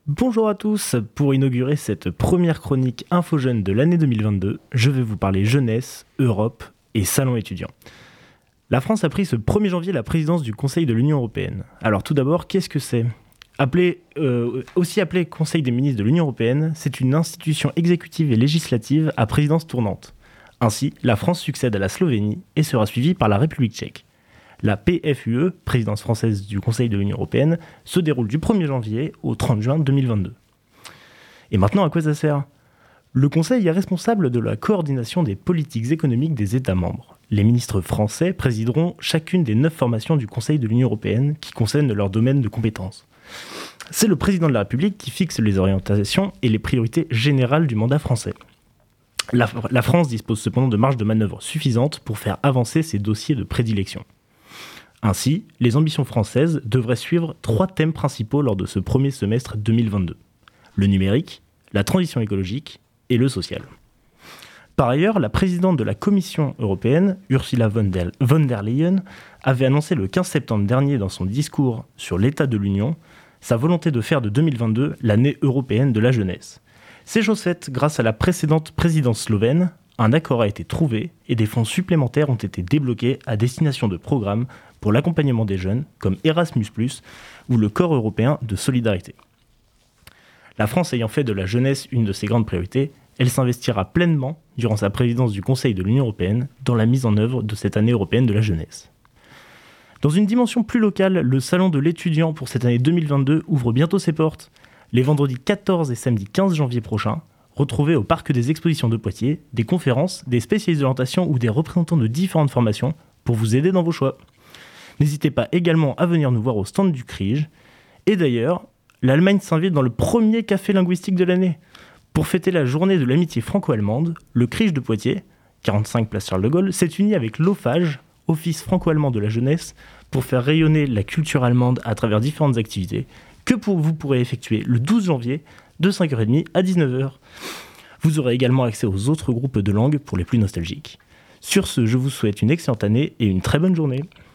Bonjour à tous, pour inaugurer cette première chronique Info Jeune de l'année 2022, je vais vous parler jeunesse, Europe et salon étudiant. La France a pris ce 1er janvier la présidence du Conseil de l'Union Européenne. Alors tout d'abord, qu'est-ce que c'est ? Aussi appelé Conseil des ministres de l'Union Européenne, c'est une institution exécutive et législative à présidence tournante. Ainsi, la France succède à la Slovénie et sera suivie par la République tchèque. La PFUE, présidence française du Conseil de l'Union Européenne, se déroule du 1er janvier au 30 juin 2022. Et maintenant, à quoi ça sert ? Le Conseil est responsable de la coordination des politiques économiques des États membres. Les ministres français présideront chacune des 9 formations du Conseil de l'Union Européenne qui concernent leur domaine de compétences. C'est le président de la République qui fixe les orientations et les priorités générales du mandat français. La France dispose cependant de marge de manœuvre suffisante pour faire avancer ses dossiers de prédilection. Ainsi, les ambitions françaises devraient suivre 3 thèmes principaux lors de ce premier semestre 2022. Le numérique, la transition écologique et le social. Par ailleurs, la présidente de la Commission européenne, Ursula von der Leyen, avait annoncé le 15 septembre dernier dans son discours sur l'état de l'Union sa volonté de faire de 2022 l'année européenne de la jeunesse. C'est chose faite grâce à la précédente présidence slovène. Un accord a été trouvé et des fonds supplémentaires ont été débloqués à destination de programmes pour l'accompagnement des jeunes comme Erasmus+, ou le Corps européen de solidarité. La France ayant fait de la jeunesse une de ses grandes priorités, elle s'investira pleinement durant sa présidence du Conseil de l'Union européenne dans la mise en œuvre de cette année européenne de la jeunesse. Dans une dimension plus locale, le salon de l'étudiant pour cette année 2022 ouvre bientôt ses portes. Les vendredis 14 et samedi 15 janvier prochains, retrouvez au Parc des Expositions de Poitiers des conférences, des spécialistes de l'orientation ou des représentants de différentes formations pour vous aider dans vos choix. N'hésitez pas également à venir nous voir au stand du CRIJ. Et d'ailleurs, l'Allemagne s'invite dans le premier café linguistique de l'année. Pour fêter la journée de l'amitié franco-allemande, le CRIJ de Poitiers, 45 place Charles de Gaulle, s'est uni avec l'OFAGE, Office franco-allemand de la jeunesse, pour faire rayonner la culture allemande à travers différentes activités que vous pourrez effectuer le 12 janvier de 5h30 à 19h. Vous aurez également accès aux autres groupes de langue pour les plus nostalgiques. Sur ce, je vous souhaite une excellente année et une très bonne journée.